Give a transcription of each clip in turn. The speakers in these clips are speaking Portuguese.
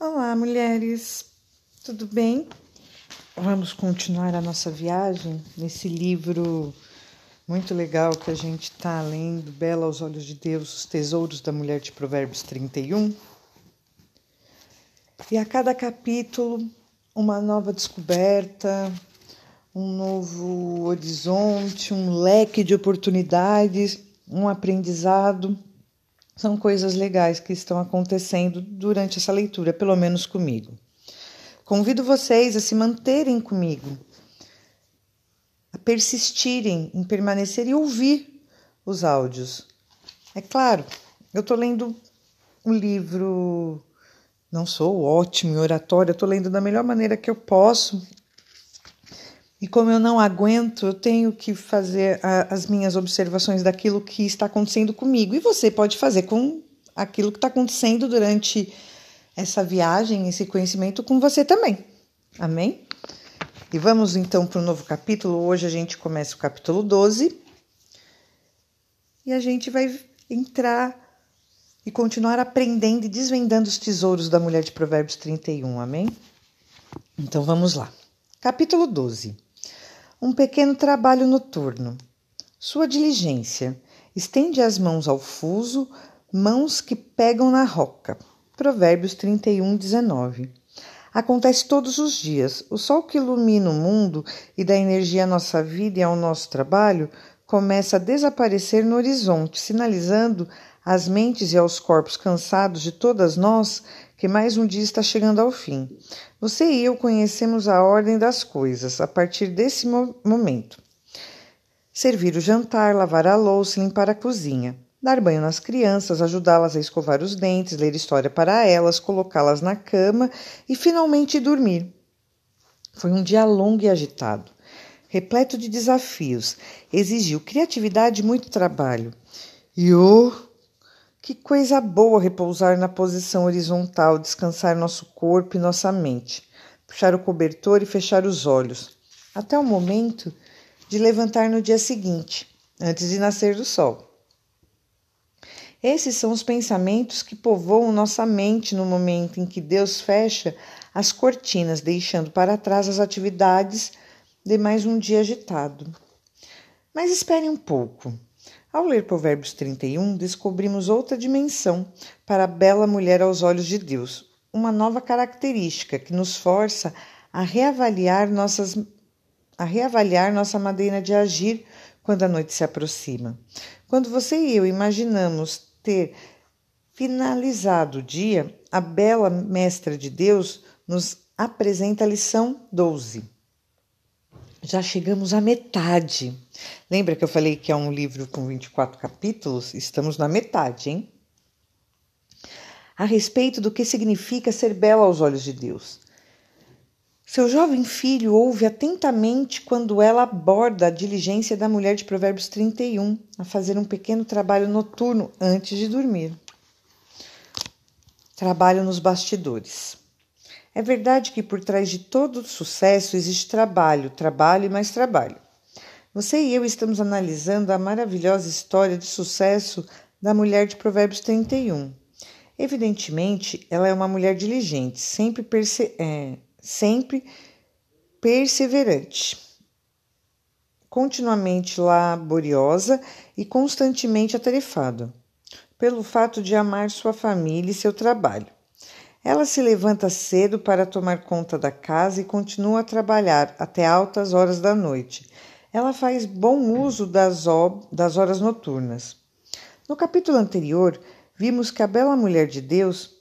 Olá, mulheres, tudo bem? Vamos continuar a nossa viagem nesse livro muito legal que a gente está lendo, Bela aos Olhos de Deus, Os Tesouros da Mulher de Provérbios 31. E a cada capítulo, uma nova descoberta, um novo horizonte, um leque de oportunidades, um aprendizado. São coisas legais que estão acontecendo durante essa leitura, pelo menos comigo. Convido vocês a se manterem comigo, a persistirem em permanecer e ouvir os áudios. É claro, eu estou lendo um livro, não sou ótimo em oratória, estou lendo da melhor maneira que eu posso. E como eu não aguento, eu tenho que fazer as minhas observações daquilo que está acontecendo comigo. E você pode fazer com aquilo que está acontecendo durante essa viagem, esse conhecimento com você também. Amém? E vamos então para o novo capítulo. Hoje a gente começa o capítulo 12. E a gente vai entrar e continuar aprendendo e desvendando os tesouros da mulher de Provérbios 31. Amém? Então vamos lá. Capítulo 12. Um pequeno trabalho noturno. Sua diligência. Estende as mãos ao fuso, mãos que pegam na roca. Provérbios 31, 19. Acontece todos os dias. O sol que ilumina o mundo e dá energia à nossa vida e ao nosso trabalho começa a desaparecer no horizonte, sinalizando às mentes e aos corpos cansados de todas nós que mais um dia está chegando ao fim. Você e eu conhecemos a ordem das coisas a partir desse momento. Servir o jantar, lavar a louça, limpar a cozinha, dar banho nas crianças, ajudá-las a escovar os dentes, ler história para elas, colocá-las na cama e finalmente dormir. Foi um dia longo e agitado, repleto de desafios, exigiu criatividade e muito trabalho. Que coisa boa repousar na posição horizontal, descansar nosso corpo e nossa mente, puxar o cobertor e fechar os olhos, até o momento de levantar no dia seguinte, antes de nascer do sol. Esses são os pensamentos que povoam nossa mente no momento em que Deus fecha as cortinas, deixando para trás as atividades de mais um dia agitado. Mas espere um pouco. Ao ler Provérbios 31, descobrimos outra dimensão para a bela mulher aos olhos de Deus, uma nova característica que nos força a reavaliar nossa maneira de agir quando a noite se aproxima. Quando você e eu imaginamos ter finalizado o dia, a bela mestra de Deus nos apresenta a lição 12. Já chegamos à metade. Lembra que eu falei que é um livro com 24 capítulos? Estamos na metade, hein? A respeito do que significa ser bela aos olhos de Deus. Seu jovem filho ouve atentamente quando ela aborda a diligência da mulher de Provérbios 31 a fazer um pequeno trabalho noturno antes de dormir. Trabalho nos bastidores. É verdade que por trás de todo sucesso existe trabalho e mais trabalho. Você e eu estamos analisando a maravilhosa história de sucesso da mulher de Provérbios 31. Evidentemente, ela é uma mulher diligente, sempre perseverante, continuamente laboriosa e constantemente atarefada, pelo fato de amar sua família e seu trabalho. Ela se levanta cedo para tomar conta da casa e continua a trabalhar até altas horas da noite. Ela faz bom uso das horas noturnas. No capítulo anterior, vimos que a bela mulher de Deus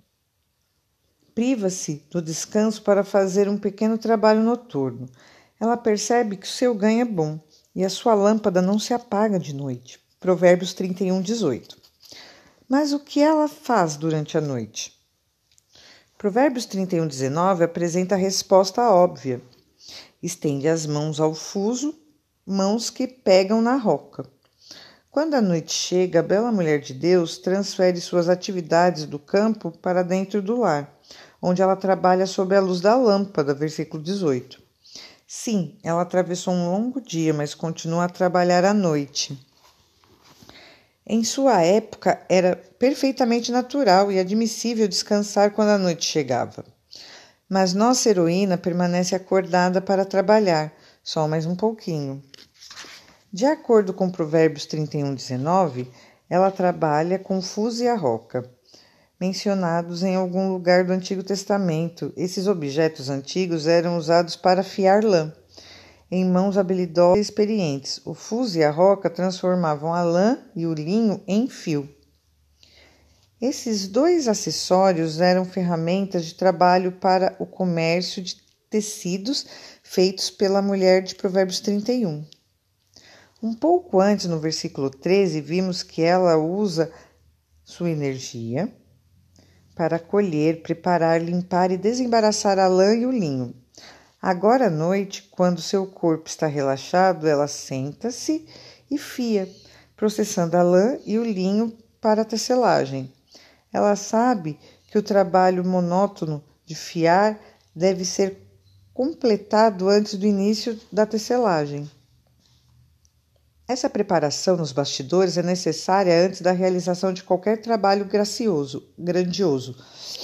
priva-se do descanso para fazer um pequeno trabalho noturno. Ela percebe que o seu ganho é bom e a sua lâmpada não se apaga de noite. Provérbios 31, 18. Mas o que ela faz durante a noite? Provérbios 31, 19 apresenta a resposta óbvia. Estende as mãos ao fuso, mãos que pegam na roca. Quando a noite chega, a bela mulher de Deus transfere suas atividades do campo para dentro do lar, onde ela trabalha sob a luz da lâmpada, versículo 18. Sim, ela atravessou um longo dia, mas continua a trabalhar à noite. Em sua época, era perfeitamente natural e admissível descansar quando a noite chegava. Mas nossa heroína permanece acordada para trabalhar, só mais um pouquinho. De acordo com Provérbios 31:19, ela trabalha com fuso e a roca, mencionados em algum lugar do Antigo Testamento. Esses objetos antigos eram usados para afiar lã, em mãos habilidosas e experientes. O fuso e a roca transformavam a lã e o linho em fio. Esses dois acessórios eram ferramentas de trabalho para o comércio de tecidos feitos pela mulher de Provérbios 31. Um pouco antes, no versículo 13, vimos que ela usa sua energia para colher, preparar, limpar e desembaraçar a lã e o linho. Agora à noite, quando seu corpo está relaxado, ela senta-se e fia, processando a lã e o linho para a tecelagem. Ela sabe que o trabalho monótono de fiar deve ser completado antes do início da tecelagem. Essa preparação nos bastidores é necessária antes da realização de qualquer trabalho grandioso.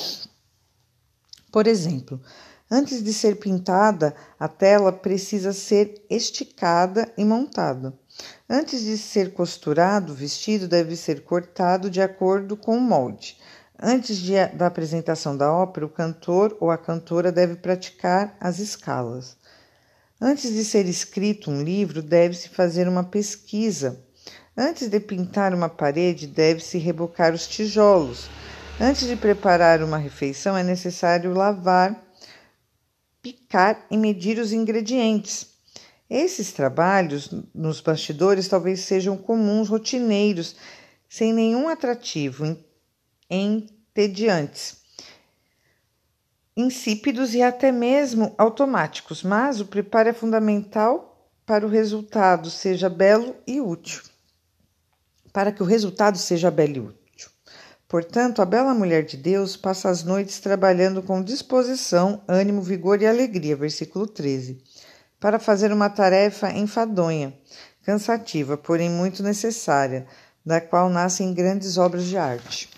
Por exemplo, antes de ser pintada, a tela precisa ser esticada e montada. Antes de ser costurado, o vestido deve ser cortado de acordo com o molde. Antes da apresentação da ópera, o cantor ou a cantora deve praticar as escalas. Antes de ser escrito um livro, deve-se fazer uma pesquisa. Antes de pintar uma parede, deve-se rebocar os tijolos. Antes de preparar uma refeição, é necessário lavar, picar e medir os ingredientes. Esses trabalhos nos bastidores talvez sejam comuns, rotineiros, sem nenhum atrativo, entediantes, insípidos e até mesmo automáticos, mas o preparo é fundamental para o resultado seja belo e útil. Para que o resultado seja belo e útil. Portanto, a bela mulher de Deus passa as noites trabalhando com disposição, ânimo, vigor e alegria, versículo 13, para fazer uma tarefa enfadonha, cansativa, porém muito necessária, da qual nascem grandes obras de arte.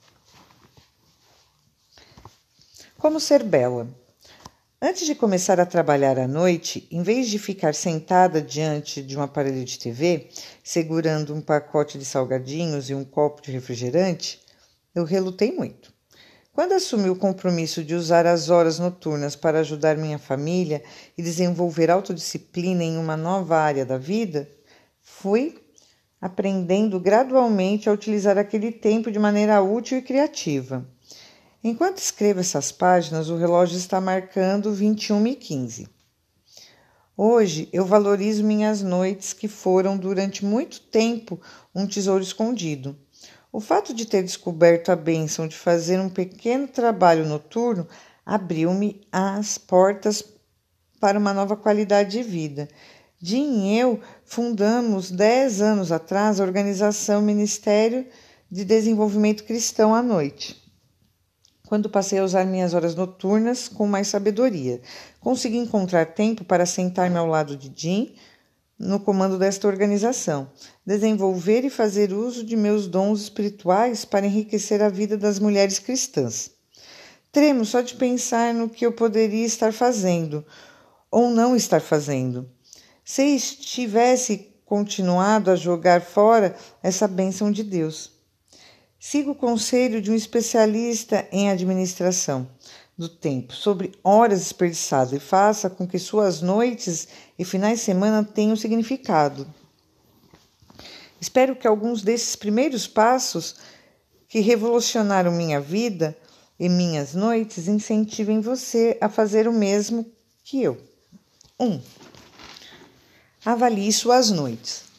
Como ser bela? Antes de começar a trabalhar à noite, em vez de ficar sentada diante de um aparelho de TV, segurando um pacote de salgadinhos e um copo de refrigerante, eu relutei muito. Quando assumi o compromisso de usar as horas noturnas para ajudar minha família e desenvolver autodisciplina em uma nova área da vida, fui aprendendo gradualmente a utilizar aquele tempo de maneira útil e criativa. Enquanto escrevo essas páginas, o relógio está marcando 21h15. Hoje, eu valorizo minhas noites que foram, durante muito tempo, um tesouro escondido. O fato de ter descoberto a bênção de fazer um pequeno trabalho noturno abriu-me as portas para uma nova qualidade de vida. Jim e eu fundamos 10 anos atrás a organização Ministério de Desenvolvimento Cristão à Noite. Quando passei a usar minhas horas noturnas com mais sabedoria, consegui encontrar tempo para sentar-me ao lado de Jim no comando desta organização, desenvolver e fazer uso de meus dons espirituais para enriquecer a vida das mulheres cristãs. Tremo só de pensar no que eu poderia estar fazendo ou não estar fazendo. Se estivesse continuado a jogar fora essa bênção de Deus. Siga o conselho de um especialista em administração do tempo sobre horas desperdiçadas e faça com que suas noites e finais de semana tenham significado. Espero que alguns desses primeiros passos que revolucionaram minha vida e minhas noites incentivem você a fazer o mesmo que eu. 1. Avalie suas noites.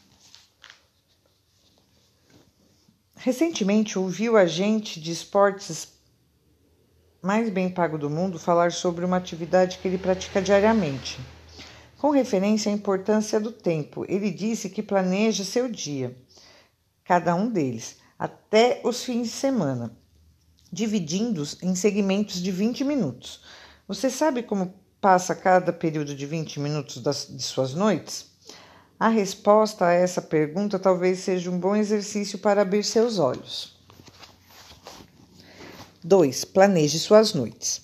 Recentemente ouvi o agente de esportes mais bem pago do mundo falar sobre uma atividade que ele pratica diariamente. Com referência à importância do tempo, ele disse que planeja seu dia, cada um deles, até os fins de semana, dividindo-os em segmentos de 20 minutos. Você sabe como passa cada período de 20 minutos de suas noites? A resposta a essa pergunta talvez seja um bom exercício para abrir seus olhos. 2. Planeje suas noites.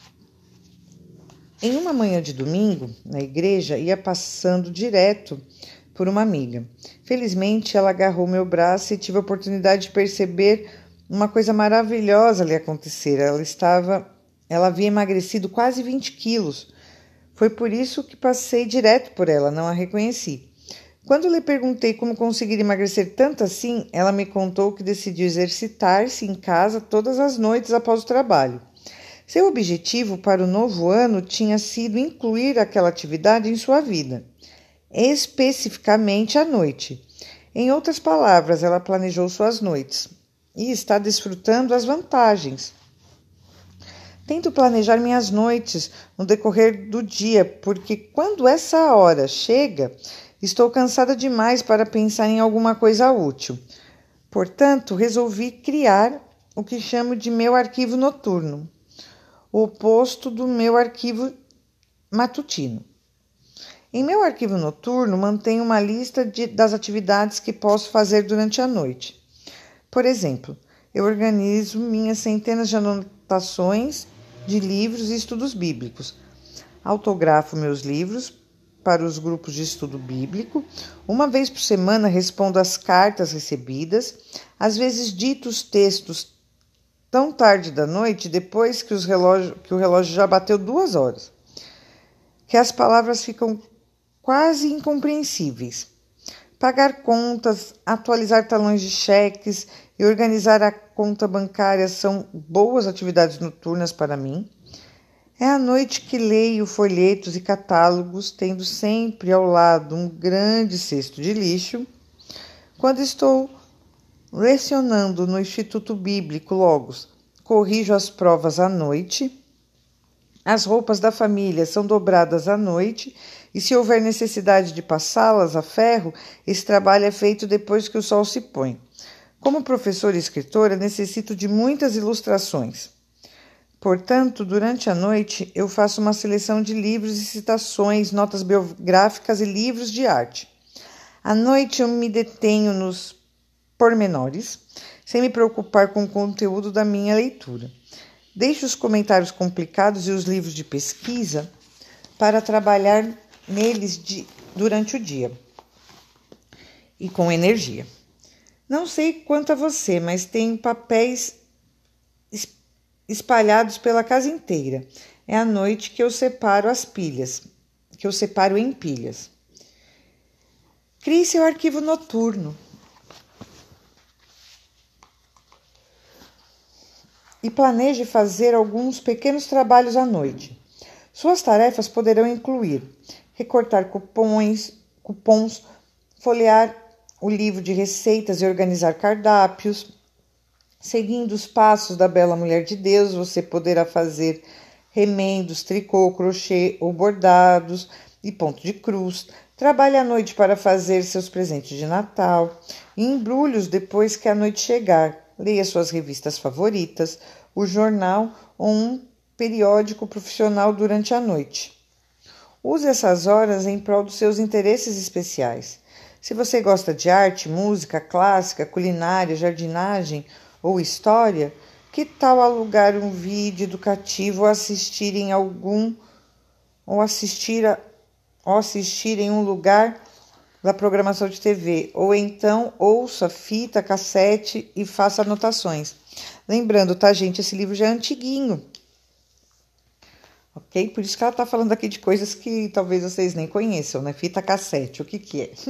Em uma manhã de domingo, na igreja, ia passando direto por uma amiga. Felizmente, ela agarrou meu braço e tive a oportunidade de perceber uma coisa maravilhosa lhe acontecer. Ela havia emagrecido quase 20 quilos. Foi por isso que passei direto por ela, não a reconheci. Quando lhe perguntei como conseguir emagrecer tanto assim, ela me contou que decidiu exercitar-se em casa todas as noites após o trabalho. Seu objetivo para o novo ano tinha sido incluir aquela atividade em sua vida, especificamente à noite. Em outras palavras, ela planejou suas noites e está desfrutando as vantagens. Tento planejar minhas noites no decorrer do dia, porque quando essa hora chega, estou cansada demais para pensar em alguma coisa útil. Portanto, resolvi criar o que chamo de meu arquivo noturno, o oposto do meu arquivo matutino. Em meu arquivo noturno, mantenho uma lista das atividades que posso fazer durante a noite. Por exemplo, eu organizo minhas centenas de anotações de livros e estudos bíblicos. Autografo meus livros para os grupos de estudo bíblico. Uma vez por semana respondo às cartas recebidas. Às vezes dito os textos tão tarde da noite, depois que o relógio já bateu 2 horas, que as palavras ficam quase incompreensíveis. Pagar contas, atualizar talões de cheques e organizar a conta bancária são boas atividades noturnas para mim. É à noite que leio folhetos e catálogos, tendo sempre ao lado um grande cesto de lixo. Quando estou lecionando no Instituto Bíblico Logos, corrijo as provas à noite. As roupas da família são dobradas à noite e, se houver necessidade de passá-las a ferro, esse trabalho é feito depois que o sol se põe. Como professora e escritora, necessito de muitas ilustrações. Portanto, durante a noite, eu faço uma seleção de livros e citações, notas biográficas e livros de arte. À noite, eu me detenho nos pormenores, sem me preocupar com o conteúdo da minha leitura. Deixo os comentários complicados e os livros de pesquisa para trabalhar neles durante o dia e com energia. Não sei quanto a você, mas tenho papéis espalhados pela casa inteira. É à noite que eu separo em pilhas. Crie seu arquivo noturno e planeje fazer alguns pequenos trabalhos à noite. Suas tarefas poderão incluir recortar cupons, folhear o livro de receitas e organizar cardápios. Seguindo os passos da bela mulher de Deus, você poderá fazer remendos, tricô, crochê ou bordados e ponto de cruz. Trabalhe à noite para fazer seus presentes de Natal. Embrulhe-os depois que a noite chegar. Leia suas revistas favoritas, o jornal ou um periódico profissional durante a noite. Use essas horas em prol dos seus interesses especiais. Se você gosta de arte, música clássica, culinária, jardinagem ou história, que tal alugar um vídeo educativo ou assistir em um lugar da programação de TV, ou então ouça fita, cassete e faça anotações. Lembrando, tá, gente, esse livro já é antiguinho, ok? Por isso que ela tá falando aqui de coisas que talvez vocês nem conheçam, né? Fita cassete, o que é?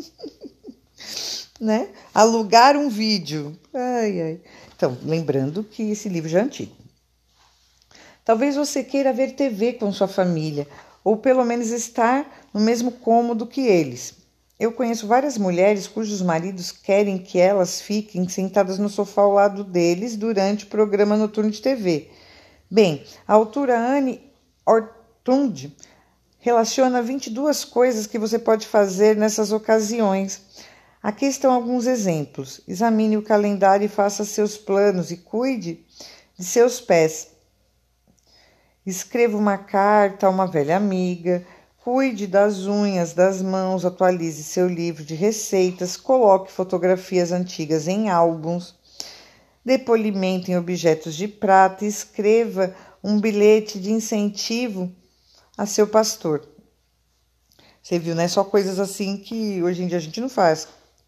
Né? Alugar um vídeo. Ai. Então, lembrando que esse livro já é antigo. Talvez você queira ver TV com sua família, ou pelo menos estar no mesmo cômodo que eles. Eu conheço várias mulheres cujos maridos querem que elas fiquem sentadas no sofá ao lado deles durante o programa noturno de TV. Bem, a autora Anne Ortund relaciona 22 coisas que você pode fazer nessas ocasiões. Aqui estão alguns exemplos. Examine o calendário e faça seus planos e cuide de seus pés. Escreva uma carta a uma velha amiga. Cuide das unhas, das mãos, atualize seu livro de receitas, coloque fotografias antigas em álbuns, dê polimento em objetos de prata e escreva um bilhete de incentivo a seu pastor. Você viu, né? Só coisas assim que hoje em dia a gente não faz.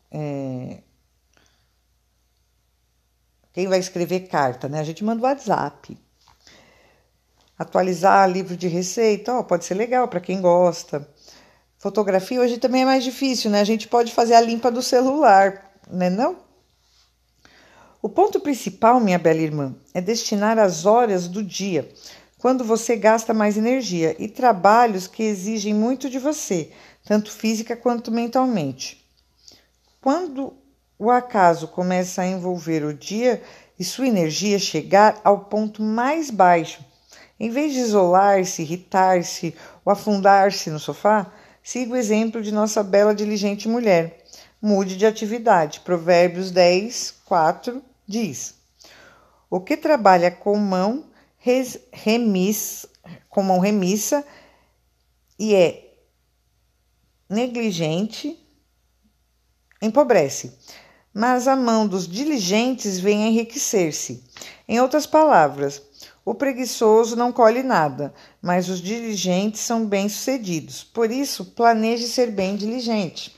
Quem vai escrever carta, né? A gente manda o WhatsApp. Atualizar livro de receita, pode ser legal para quem gosta. Fotografia hoje também é mais difícil, né? A gente pode fazer a limpa do celular, né não? O ponto principal, minha bela irmã, é destinar as horas do dia, quando você gasta mais energia, e trabalhos que exigem muito de você, tanto física quanto mentalmente. Quando o acaso começa a envolver o dia e sua energia chegar ao ponto mais baixo, em vez de isolar-se, irritar-se ou afundar-se no sofá, siga o exemplo de nossa bela diligente mulher. Mude de atividade. Provérbios 10, 4 diz: o que trabalha com mão remissa e é negligente empobrece, mas a mão dos diligentes vem a enriquecer-se. Em outras palavras, o preguiçoso não colhe nada, mas os diligentes são bem-sucedidos. Por isso, planeje ser bem diligente.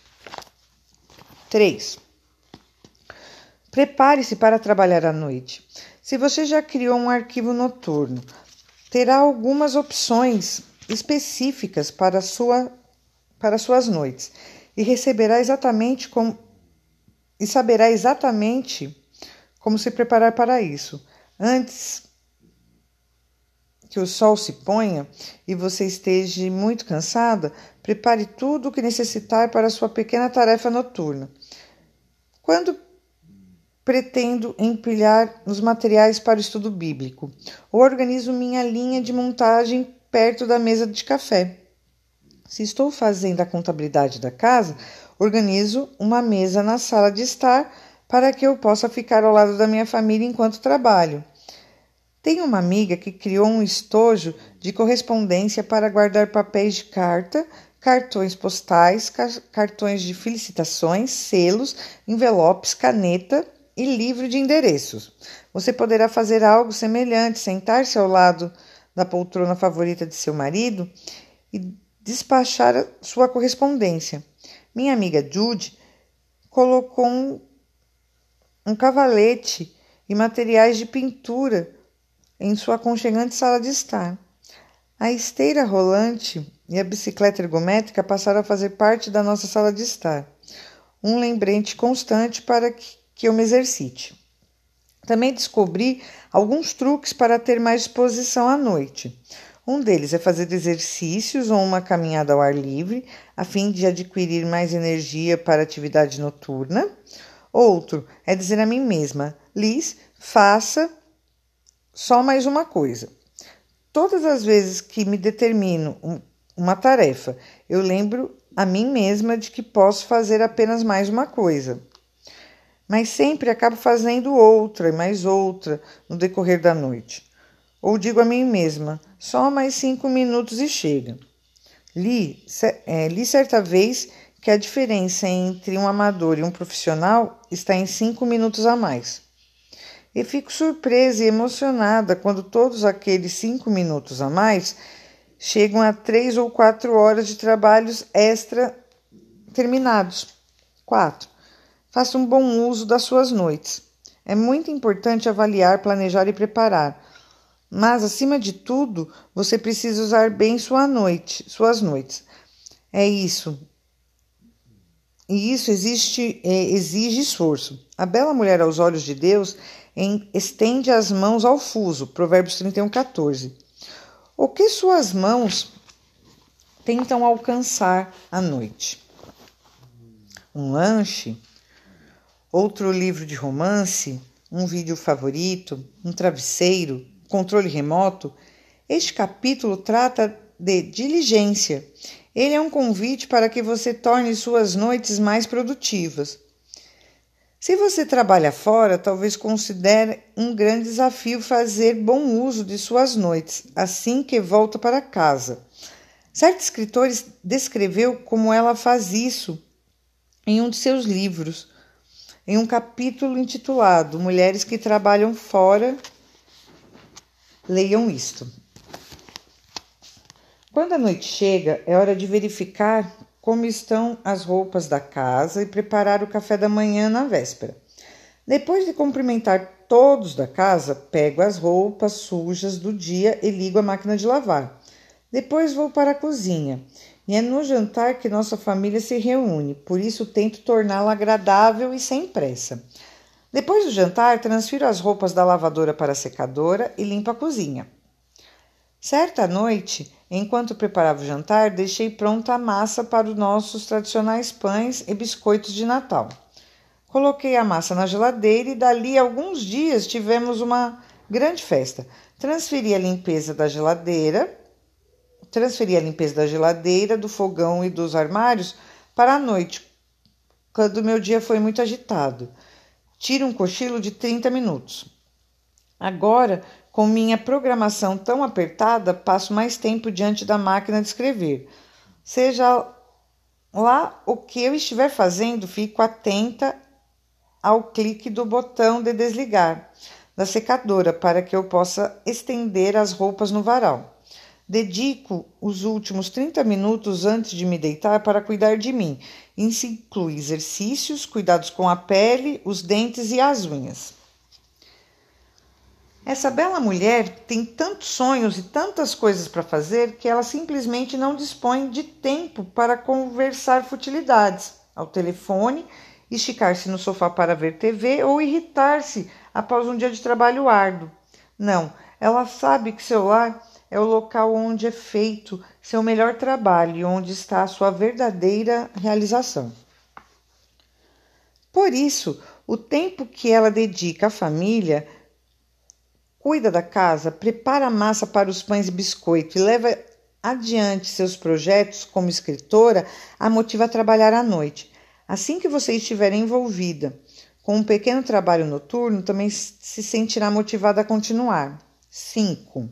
3. Prepare-se para trabalhar à noite. Se você já criou um arquivo noturno, terá algumas opções específicas para suas noites e saberá exatamente como se preparar para isso. Antes que o sol se ponha e você esteja muito cansada, prepare tudo o que necessitar para a sua pequena tarefa noturna. Quando pretendo empilhar os materiais para o estudo bíblico, ou organizo minha linha de montagem perto da mesa de café. Se estou fazendo a contabilidade da casa, organizo uma mesa na sala de estar para que eu possa ficar ao lado da minha família enquanto trabalho. Tenho uma amiga que criou um estojo de correspondência para guardar papéis de carta, cartões postais, cartões de felicitações, selos, envelopes, caneta e livro de endereços. Você poderá fazer algo semelhante, sentar-se ao lado da poltrona favorita de seu marido e despachar sua correspondência. Minha amiga Judy colocou um cavalete e materiais de pintura em sua aconchegante sala de estar. A esteira rolante e a bicicleta ergométrica passaram a fazer parte da nossa sala de estar. Um lembrete constante para que eu me exercite. Também descobri alguns truques para ter mais disposição à noite. Um deles é fazer exercícios ou uma caminhada ao ar livre, a fim de adquirir mais energia para a atividade noturna. Outro é dizer a mim mesma: Liz, faça só mais uma coisa. Todas as vezes que me determino uma tarefa, eu lembro a mim mesma de que posso fazer apenas mais uma coisa. Mas sempre acabo fazendo outra e mais outra no decorrer da noite. Ou digo a mim mesma, só mais 5 minutos e chega. Li certa vez que a diferença entre um amador e um profissional está em 5 minutos a mais. E fico surpresa e emocionada quando todos aqueles 5 minutos a mais chegam a 3 ou 4 horas de trabalhos extra terminados. 4. Faça um bom uso das suas noites. É muito importante avaliar, planejar e preparar. Mas, acima de tudo, você precisa usar bem suas noites. É isso. E isso exige esforço. A bela mulher aos olhos de Deus estende as mãos ao fuso. Provérbios 31, 14. O que suas mãos tentam alcançar à noite? Um lanche? Outro livro de romance? Um vídeo favorito? Um travesseiro? Controle remoto? Este capítulo trata de diligência. Ele é um convite para que você torne suas noites mais produtivas. Se você trabalha fora, talvez considere um grande desafio fazer bom uso de suas noites, assim que volta para casa. Certo escritor descreveu como ela faz isso em um de seus livros, em um capítulo intitulado Mulheres que Trabalham Fora. Leiam isto. Quando a noite chega, é hora de verificar como estão as roupas da casa e preparar o café da manhã na véspera. Depois de cumprimentar todos da casa, pego as roupas sujas do dia e ligo a máquina de lavar. Depois vou para a cozinha. E é no jantar que nossa família se reúne, por isso tento torná-la agradável e sem pressa. Depois do jantar, transfiro as roupas da lavadora para a secadora e limpo a cozinha. Certa noite, enquanto preparava o jantar, deixei pronta a massa para os nossos tradicionais pães e biscoitos de Natal. Coloquei a massa na geladeira e dali a alguns dias tivemos uma grande festa. Transferi a limpeza da geladeira, do fogão e dos armários para a noite, quando meu dia foi muito agitado. Tiro um cochilo de 30 minutos. Agora, com minha programação tão apertada, passo mais tempo diante da máquina de escrever. Seja lá o que eu estiver fazendo, fico atenta ao clique do botão de desligar da secadora para que eu possa estender as roupas no varal. Dedico os últimos 30 minutos antes de me deitar para cuidar de mim. Isso inclui exercícios, cuidados com a pele, os dentes e as unhas. Essa bela mulher tem tantos sonhos e tantas coisas para fazer que ela simplesmente não dispõe de tempo para conversar futilidades ao telefone, esticar-se no sofá para ver TV ou irritar-se após um dia de trabalho árduo. Não, ela sabe que seu lar é o local onde é feito seu melhor trabalho e onde está a sua verdadeira realização. Por isso, o tempo que ela dedica à família, cuida da casa, prepara a massa para os pães e biscoito e leva adiante seus projetos como escritora, a motiva a trabalhar à noite. Assim que você estiver envolvida com um pequeno trabalho noturno, também se sentirá motivada a continuar. 5.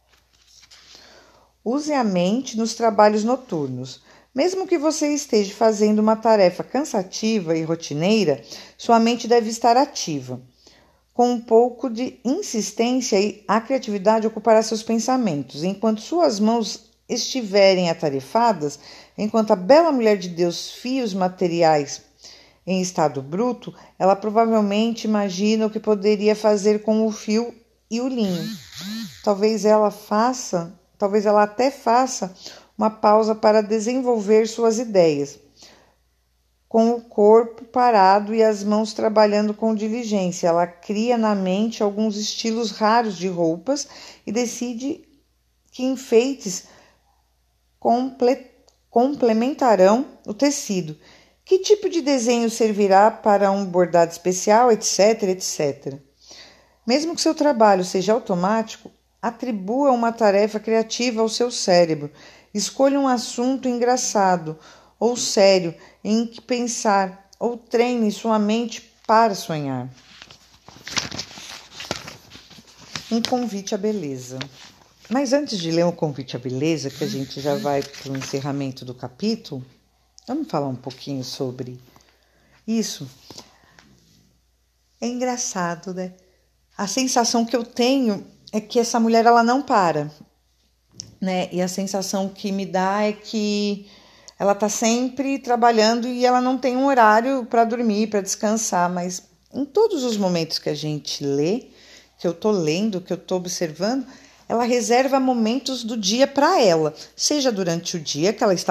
Use a mente nos trabalhos noturnos. Mesmo que você esteja fazendo uma tarefa cansativa e rotineira, sua mente deve estar ativa. Com um pouco de insistência, a criatividade ocupará seus pensamentos. Enquanto suas mãos estiverem atarefadas, enquanto a bela mulher de Deus fia os materiais em estado bruto, ela provavelmente imagina o que poderia fazer com o fio e o linho. Talvez ela até faça uma pausa para desenvolver suas ideias, com o corpo parado e as mãos trabalhando com diligência. Ela cria na mente alguns estilos raros de roupas e decide que enfeites complementarão o tecido. Que tipo de desenho servirá para um bordado especial, etc, etc. Mesmo que seu trabalho seja automático, atribua uma tarefa criativa ao seu cérebro. Escolha um assunto engraçado ou sério em que pensar, ou treine sua mente para sonhar. Um convite à beleza. Mas antes de ler um convite à beleza, que a gente já vai para o encerramento do capítulo, vamos falar um pouquinho sobre isso. É engraçado, né? A sensação que eu tenho é que essa mulher ela não para, né? E a sensação que me dá é que ela está sempre trabalhando e ela não tem um horário para dormir, para descansar, mas em todos os momentos que a gente lê, que eu estou lendo, que eu estou observando, ela reserva momentos do dia para ela, seja durante o dia, que ela está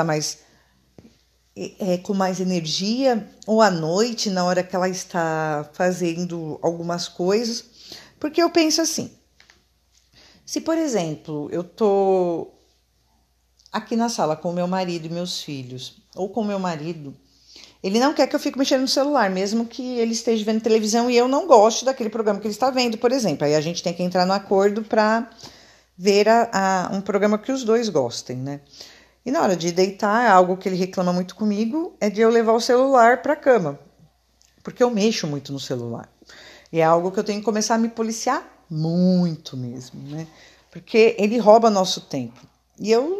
com mais energia, ou à noite, na hora que ela está fazendo algumas coisas, porque eu penso assim, se, por exemplo, eu estou aqui na sala com meu marido e meus filhos, ou com meu marido, ele não quer que eu fique mexendo no celular, mesmo que ele esteja vendo televisão e eu não goste daquele programa que ele está vendo, por exemplo. Aí a gente tem que entrar no acordo para ver um programa que os dois gostem, né? E na hora de deitar, algo que ele reclama muito comigo é de eu levar o celular para a cama, porque eu mexo muito no celular. E é algo que eu tenho que começar a me policiar muito mesmo, né? Porque ele rouba nosso tempo. E eu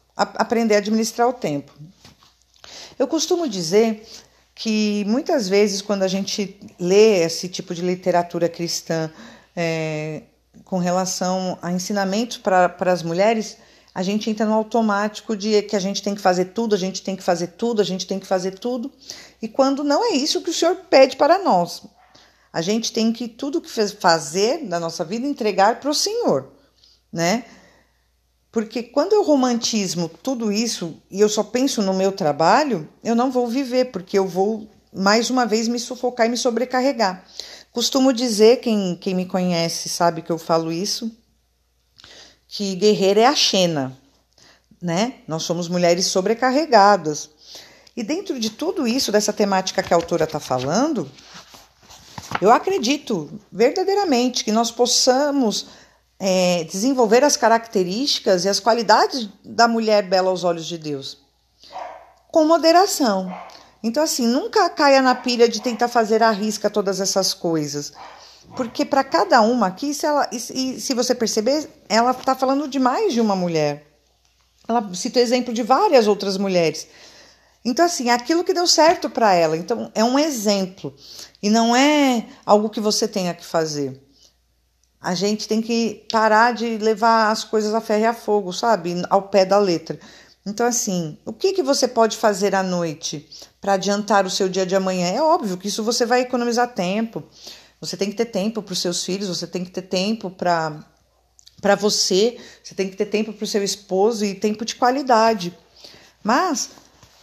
aprender a administrar o tempo. Eu costumo dizer que muitas vezes quando a gente lê esse tipo de literatura cristã com relação a ensinamentos para as mulheres, a gente entra no automático de que a gente tem que fazer tudo, a gente tem que fazer tudo, a gente tem que fazer tudo. E quando não é isso que o Senhor pede para nós. A gente tem que tudo que fazer na nossa vida entregar para o Senhor, né? Porque quando eu romantismo tudo isso e eu só penso no meu trabalho, eu não vou viver, porque eu vou, mais uma vez, me sufocar e me sobrecarregar. Costumo dizer, quem me conhece sabe que eu falo isso, que guerreira é a Xena, né? Nós somos mulheres sobrecarregadas. E dentro de tudo isso, dessa temática que a autora está falando, eu acredito verdadeiramente que nós possamos desenvolver as características e as qualidades da mulher bela aos olhos de Deus, com moderação. Então, assim, nunca caia na pilha de tentar fazer à risca todas essas coisas, porque para cada uma aqui, se você perceber, ela está falando de mais de uma mulher. Ela cita o exemplo de várias outras mulheres. Então, assim, aquilo que deu certo para ela. Então, é um exemplo e não é algo que você tenha que fazer. A gente tem que parar de levar as coisas a ferro e a fogo, sabe? Ao pé da letra. Então, assim, o que você pode fazer à noite para adiantar o seu dia de amanhã? É óbvio que isso você vai economizar tempo. Você tem que ter tempo para os seus filhos, você tem que ter tempo para você tem que ter tempo para o seu esposo e tempo de qualidade. Mas,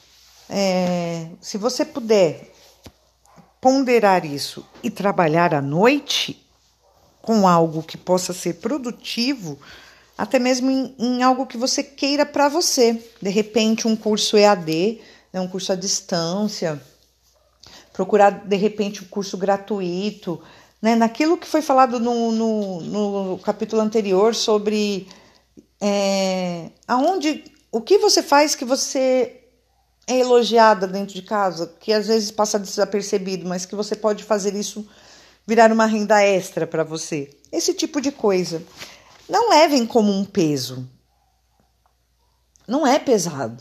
se você puder ponderar isso e trabalhar à noite com algo que possa ser produtivo, até mesmo em algo que você queira para você. De repente, um curso EAD, né, um curso à distância, procurar, de repente, um curso gratuito, né, naquilo que foi falado no capítulo anterior sobre o que você faz que você é elogiada dentro de casa, que às vezes passa desapercebido, mas que você pode fazer isso virar uma renda extra para você. Esse tipo de coisa. Não levem como um peso. Não é pesado.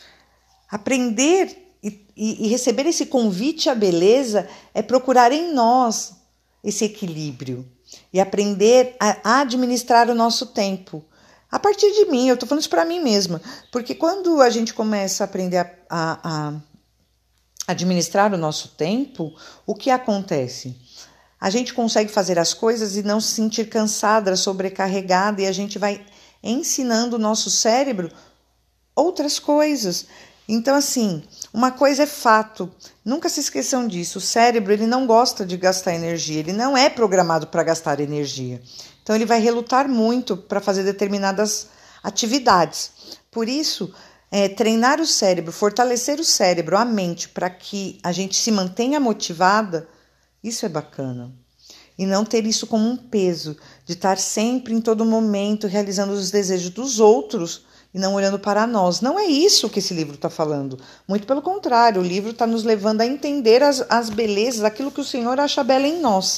Aprender e receber esse convite à beleza é procurar em nós esse equilíbrio e aprender a administrar o nosso tempo. A partir de mim, eu estou falando isso para mim mesma, porque quando a gente começa a aprender a administrar o nosso tempo, o que acontece? A gente consegue fazer as coisas e não se sentir cansada, sobrecarregada, e a gente vai ensinando o nosso cérebro outras coisas. Então, assim, uma coisa é fato, nunca se esqueçam disso, o cérebro ele não gosta de gastar energia, ele não é programado para gastar energia. Então, ele vai relutar muito para fazer determinadas atividades. Por isso, treinar o cérebro, fortalecer o cérebro, a mente, para que a gente se mantenha motivada, isso é bacana. E não ter isso como um peso, de estar sempre, em todo momento, realizando os desejos dos outros e não olhando para nós. Não é isso que esse livro está falando. Muito pelo contrário, o livro está nos levando a entender as belezas, aquilo que o Senhor acha belo em nós.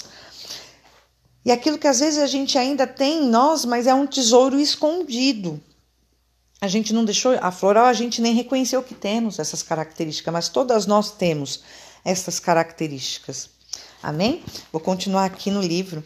E aquilo que às vezes a gente ainda tem em nós, mas é um tesouro escondido. A gente não deixou aflorar, a gente nem reconheceu que temos essas características, mas todas nós temos essas características. Amém? Vou continuar aqui no livro.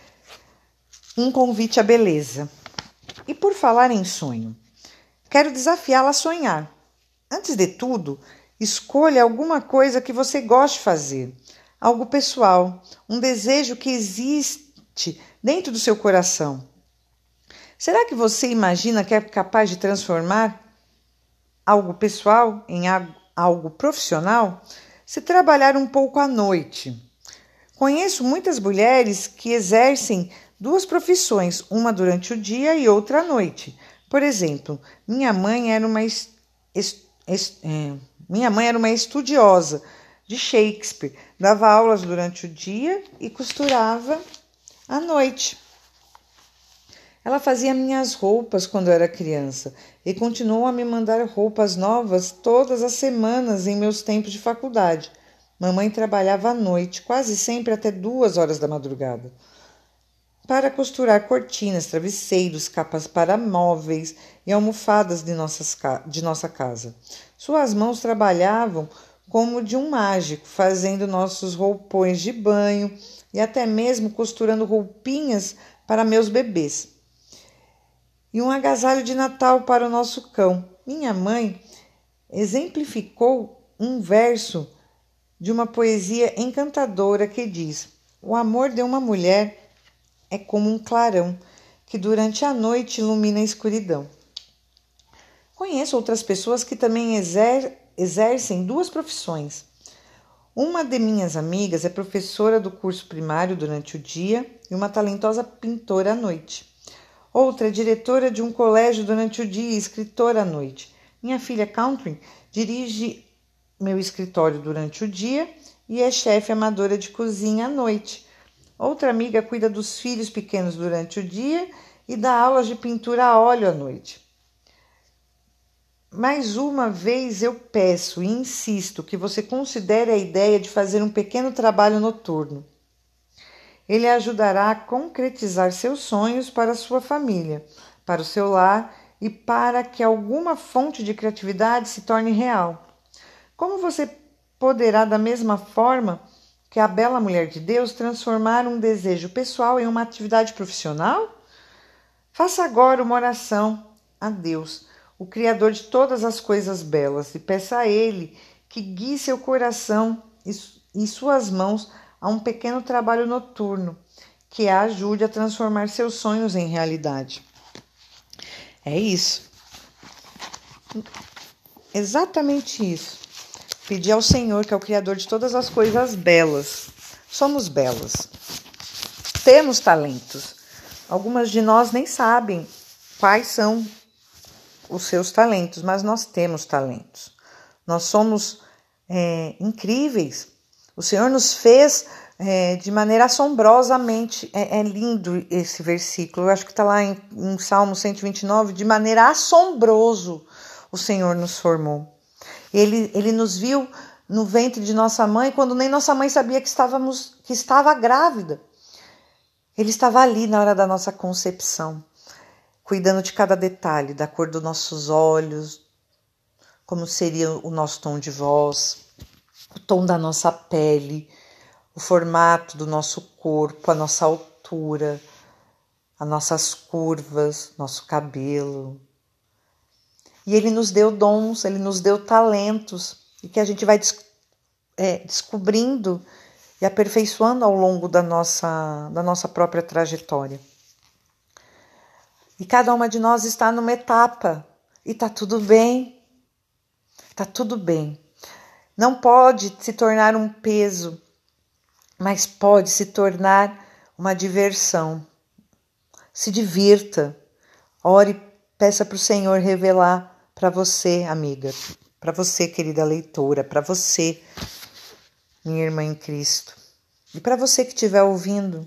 Um convite à beleza. E por falar em sonho, quero desafiá-la a sonhar. Antes de tudo, escolha alguma coisa que você goste de fazer. Algo pessoal, um desejo que existe dentro do seu coração. Será que você imagina que é capaz de transformar algo pessoal em algo profissional? Se trabalhar um pouco à noite. Conheço muitas mulheres que exercem duas profissões, uma durante o dia e outra à noite. Por exemplo, minha mãe era uma estudiosa de Shakespeare, dava aulas durante o dia e costurava à noite. Ela fazia minhas roupas quando eu era criança e continuou a me mandar roupas novas todas as semanas em meus tempos de faculdade. Mamãe trabalhava à noite, quase sempre até 2 horas da madrugada. para costurar cortinas, travesseiros, capas para móveis e almofadas de nossa casa. Suas mãos trabalhavam como de um mágico, fazendo nossos roupões de banho e até mesmo costurando roupinhas para meus bebês. E um agasalho de Natal para o nosso cão. Minha mãe exemplificou um verso de uma poesia encantadora que diz: o amor de uma mulher é como um clarão que durante a noite ilumina a escuridão. Conheço outras pessoas que também exercem duas profissões. Uma de minhas amigas é professora do curso primário durante o dia e uma talentosa pintora à noite. Outra é diretora de um colégio durante o dia e escritora à noite. Minha filha Catherine dirige meu escritório durante o dia e é chefe amadora de cozinha à noite. Outra amiga cuida dos filhos pequenos durante o dia e dá aulas de pintura a óleo à noite. Mais uma vez eu peço e insisto que você considere a ideia de fazer um pequeno trabalho noturno. Ele ajudará a concretizar seus sonhos para a sua família, para o seu lar e para que alguma fonte de criatividade se torne real. Como você poderá, da mesma forma que a bela mulher de Deus, transformar um desejo pessoal em uma atividade profissional? Faça agora uma oração a Deus, o Criador de todas as coisas belas, e peça a Ele que guie seu coração e suas mãos a um pequeno trabalho noturno que a ajude a transformar seus sonhos em realidade. É isso. Exatamente isso. Pedir ao Senhor, que é o Criador de todas as coisas belas. Somos belas. Temos talentos. Algumas de nós nem sabem quais são os seus talentos, mas nós temos talentos. Nós somos incríveis. O Senhor nos fez de maneira assombrosamente. É lindo esse versículo. Eu acho que está lá em Salmo 129. De maneira assombroso o Senhor nos formou. Ele nos viu no ventre de nossa mãe quando nem nossa mãe sabia que estava grávida. Ele estava ali na hora da nossa concepção, cuidando de cada detalhe, da cor dos nossos olhos, como seria o nosso tom de voz, o tom da nossa pele, o formato do nosso corpo, a nossa altura, as nossas curvas, nosso cabelo. E Ele nos deu dons, Ele nos deu talentos, e que a gente vai descobrindo e aperfeiçoando ao longo da nossa própria trajetória. E cada uma de nós está numa etapa, e está tudo bem, está tudo bem. Não pode se tornar um peso, mas pode se tornar uma diversão. Se divirta, ore, peça para o Senhor revelar para você, amiga, para você, querida leitora, para você, minha irmã em Cristo, e para você que estiver ouvindo.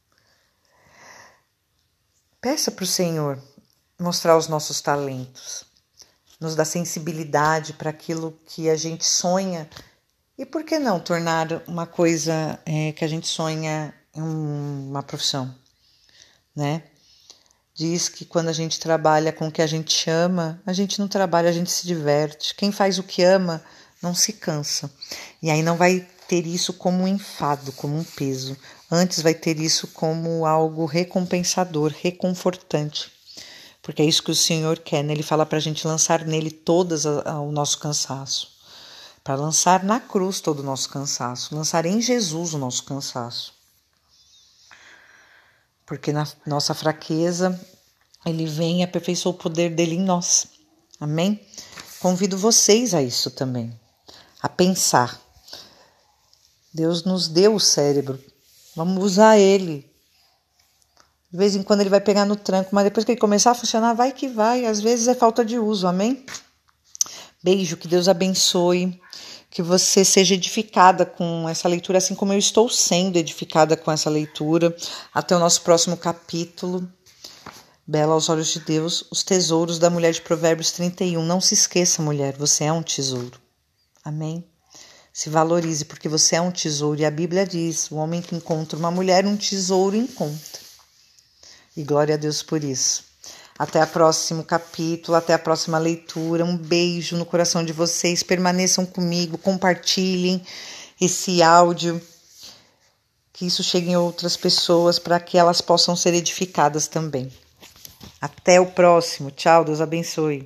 Peça para o Senhor mostrar os nossos talentos, nos dar sensibilidade para aquilo que a gente sonha, e por que não tornar uma coisa que a gente sonha em uma profissão, né? Diz que quando a gente trabalha com o que a gente ama, a gente não trabalha, a gente se diverte. Quem faz o que ama não se cansa. E aí não vai ter isso como um enfado, como um peso. Antes vai ter isso como algo recompensador, reconfortante. Porque é isso que o Senhor quer, né? Ele fala para a gente lançar nele todo o nosso cansaço. Para lançar na cruz todo o nosso cansaço. Lançar em Jesus o nosso cansaço. Porque na nossa fraqueza, Ele vem e aperfeiçoa o poder dEle em nós. Amém? Convido vocês a isso também, a pensar. Deus nos deu o cérebro, vamos usar ele. De vez em quando ele vai pegar no tranco, mas depois que ele começar a funcionar, vai que vai. Às vezes é falta de uso, amém? Beijo, que Deus abençoe. Que você seja edificada com essa leitura, assim como eu estou sendo edificada com essa leitura. Até o nosso próximo capítulo. Bela aos olhos de Deus, os tesouros da mulher de Provérbios 31. Não se esqueça, mulher, você é um tesouro. Amém? Se valorize, porque você é um tesouro. E a Bíblia diz, o homem que encontra uma mulher, um tesouro encontra. E glória a Deus por isso. Até o próximo capítulo, até a próxima leitura. Um beijo no coração de vocês. Permaneçam comigo, compartilhem esse áudio, que isso chegue em outras pessoas para que elas possam ser edificadas também. Até o próximo. Tchau, Deus abençoe.